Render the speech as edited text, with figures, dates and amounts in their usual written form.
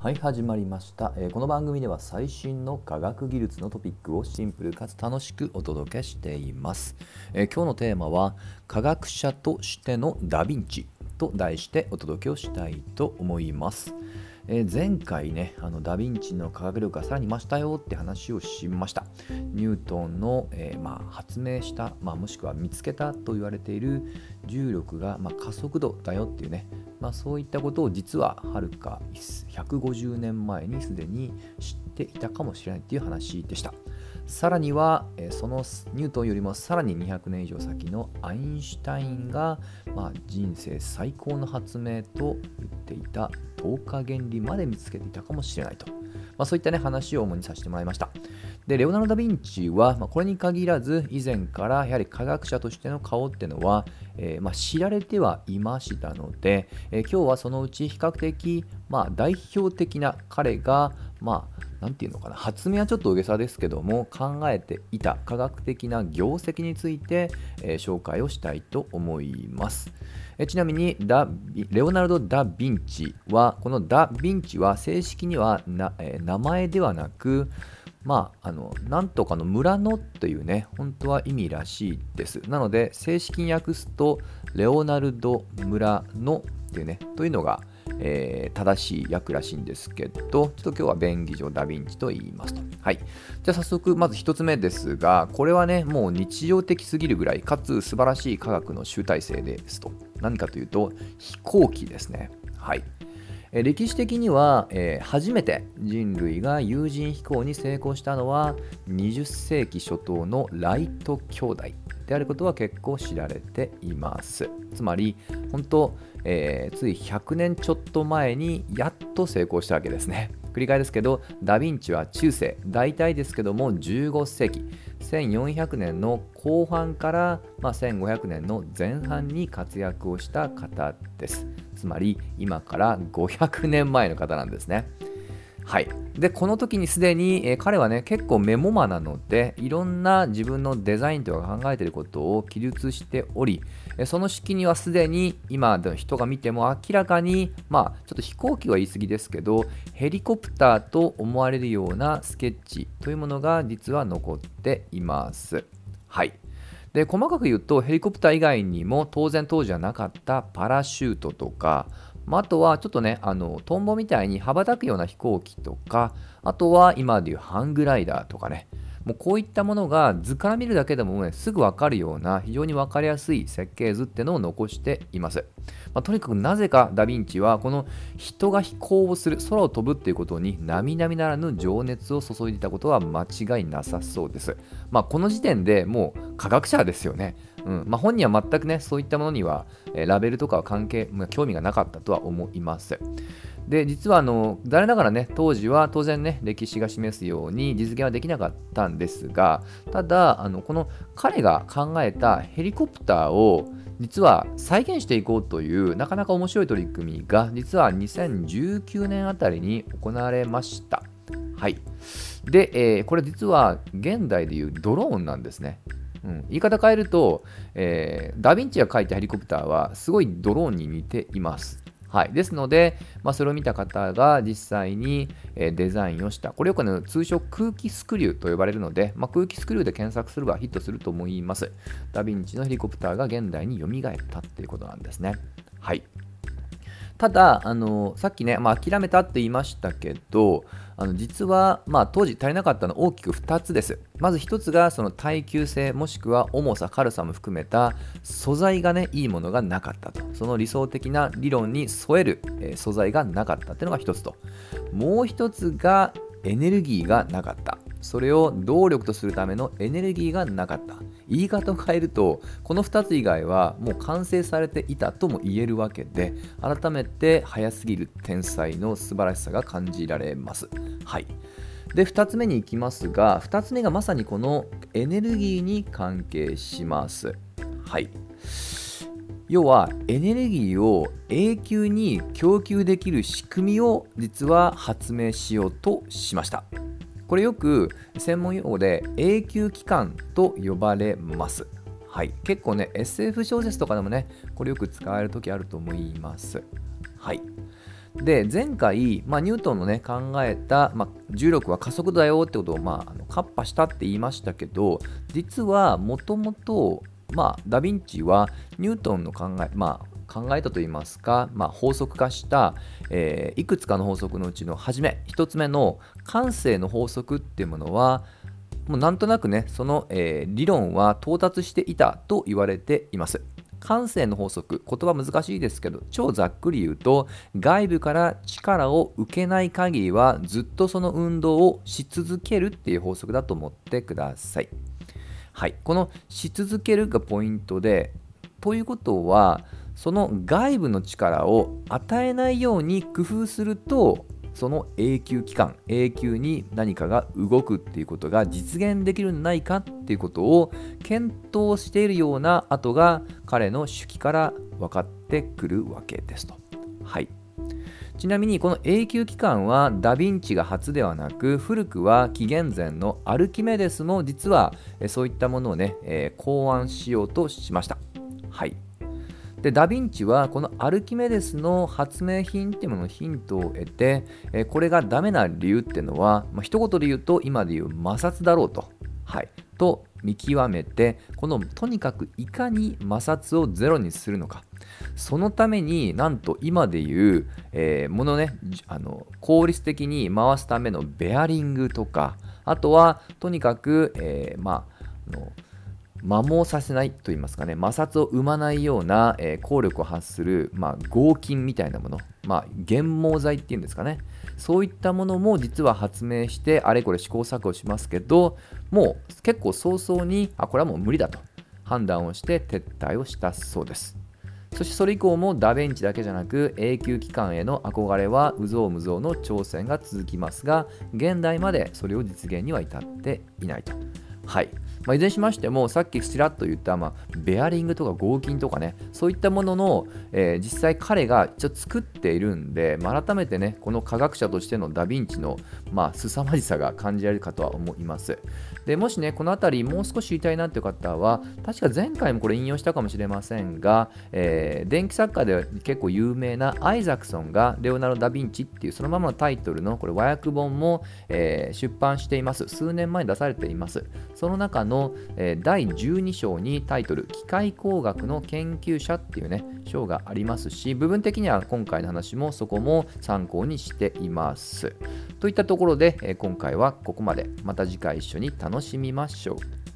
はい、始まりました。この番組では最新の科学技術のトピックをシンプルかつ楽しくお届けしています。今日のテーマは科学者としてのダヴィンチと題してお届けをしたいと思います。前回ね、ダヴィンチの科学力がさらに増したよって話をしました。ニュートンの、発明した、もしくは見つけたと言われている重力が、加速度だよっていうね、そういったことを実ははるか150年前にすでに知っていたかもしれないっていう話でした。さらにはそのニュートンよりもさらに200年以上先のアインシュタインが、人生最高の発明と言っていた透過原理まで見つけていたかもしれないと、そういったね話を主にさせてもらいました。でレオナルド・ダ・ヴィンチは、これに限らず以前からやはり科学者としての顔っていうのは、知られてはいましたので、今日はそのうち比較的、代表的な彼がなんていうのかな、発明はちょっと大げさですけども考えていた科学的な業績について、紹介をしたいと思います。ちなみにレオナルド・ダ・ヴィンチは、このダ・ヴィンチは正式には名前ではなく、なんとかの村のというね、本当は意味らしいです。なので、正式に訳すと、レオナルド村のっていうね、というのが、正しい訳らしいんですけど、ちょっと今日は便宜上ダヴィンチと言いますと。はい。じゃあ早速、まず一つ目ですが、これはね、もう日常的すぎるぐらい、かつ素晴らしい科学の集大成ですと。何かというと、飛行機ですね。はい。歴史的には、初めて人類が有人飛行に成功したのは20世紀初頭のライト兄弟であることは結構知られています。つまり本当、つい100年ちょっと前にやっと成功したわけですね。繰り返ですけど、ダ・ヴィンチは中世、大体ですけども15世紀1400年の後半から、1500年の前半に活躍をした方です。つまり今から500年前の方なんですね。はい。で、この時にすでに、彼はね、結構メモマなので、いろんな自分のデザインとか考えていることを記述しており、その式にはすでに今の人が見ても明らかに、ちょっと飛行機は言い過ぎですけど、ヘリコプターと思われるようなスケッチというものが実は残っています。はい。で、細かく言うと、ヘリコプター以外にも当然当時はなかったパラシュートとか、あとはちょっとね、トンボみたいに羽ばたくような飛行機とか、あとは今でいうハングライダーとかね、もうこういったものが図から見るだけでも、ね、すぐ分かるような非常に分かりやすい設計図っていうのを残しています。とにかくなぜかダ・ヴィンチはこの人が飛行をする、空を飛ぶっていうことに並々ならぬ情熱を注いでいたことは間違いなさそうです。この時点でもう科学者ですよね。本人は全くね、そういったものにはラベルとかは興味がなかったとは思います。で、実は残念ながらね、当時は当然ね、歴史が示すように実現はできなかったんですが、ただこの彼が考えたヘリコプターを実は再現していこうというなかなか面白い取り組みが実は2019年あたりに行われました。はい。で、これ実は現代でいうドローンなんですね。言い方変えると、ダ・ヴィンチが描いたヘリコプターはすごいドローンに似ています。はい、ですので、それを見た方が実際にデザインをした。これよく、通称空気スクリューと呼ばれるので、空気スクリューで検索すればヒットすると思います。ダ・ヴィンチのヘリコプターが現代に蘇ったっていうことなんですね。はい。ただ、さっきね、諦めたって言いましたけど、実は、当時足りなかったのは大きく2つです。まず1つが、その耐久性、もしくは重さ、軽さも含めた素材がね、いいものがなかったと。その理想的な理論に沿える、素材がなかったっていうのが1つと。もう1つが、エネルギーがなかった。それを動力とするためのエネルギーがなかった。言い方を変えると、この2つ以外はもう完成されていたとも言えるわけで、改めて早すぎる天才の素晴らしさが感じられます。はい。で、2つ目に行きますが、2つ目がまさにこのエネルギーに関係します。はい。要はエネルギーを永久に供給できる仕組みを実は発明しようとしました。これよく専門用語で永久機関と呼ばれます。はい、結構ね SF 小説とかでもねこれよく使われる時あると思います。はい。 で前回、ニュートンのね考えた、重力は加速度だよってことを、カッパしたって言いましたけど、実はもともとダ・ヴィンチはニュートンの考えたといいますか、法則化した、いくつかの法則のうちの初め1つ目の慣性の法則っていうものはもうなんとなくねその、理論は到達していたと言われています。慣性の法則、言葉難しいですけど超ざっくり言うと、外部から力を受けない限りはずっとその運動をし続けるっていう法則だと思ってください。はい、このし続けるがポイントで、ということはその外部の力を与えないように工夫すると、その永久期間、永久に何かが動くっていうことが実現できるんじゃないかっていうことを検討しているような跡が彼の手記から分かってくるわけですと。はい。ちなみにこの永久期間はダ・ヴィンチが初ではなく、古くは紀元前のアルキメデスも実はそういったものをね、考案しようとしました。はい。でダ・ヴィンチはこのアルキメデスの発明品っていうもののヒントを得て、これがダメな理由っていうのは、一言で言うと今で言う摩擦だろうと、と見極めて、このとにかくいかに摩擦をゼロにするのか、そのためになんと今で言う、ものね、効率的に回すためのベアリングとか、あとはとにかく、摩耗させないといいますかね、摩擦を生まないような、効力を発する、合金みたいなもの、減毛剤っていうんですかね、そういったものも実は発明してあれこれ試行錯誤しますけど、もう結構早々にこれはもう無理だと判断をして撤退をしたそうです。そしてそれ以降もダ・ヴィンチだけじゃなく永久期間への憧れは有象無象の挑戦が続きますが、現代までそれを実現には至っていないと。はい。いずれにしましても、さっきちらっと言った、ベアリングとか合金とかね、そういったものの、実際彼が作っているんで、改めてね、この科学者としてのダ・ヴィンチの、凄まじさが感じられるかとは思います。でもしね、このあたりもう少し知りたいなという方は、確か前回もこれ引用したかもしれませんが、電気作家で結構有名なアイザクソンがレオナルド・ダ・ヴィンチっていうそのままのタイトルのこれ和訳本も、出版しています。数年前に出されています。その中の第12章にタイトル機械工学の研究者っていうね章がありますし、部分的には今回の話もそこも参考にしています。といったところで今回はここまで。また次回一緒に楽しみましょう。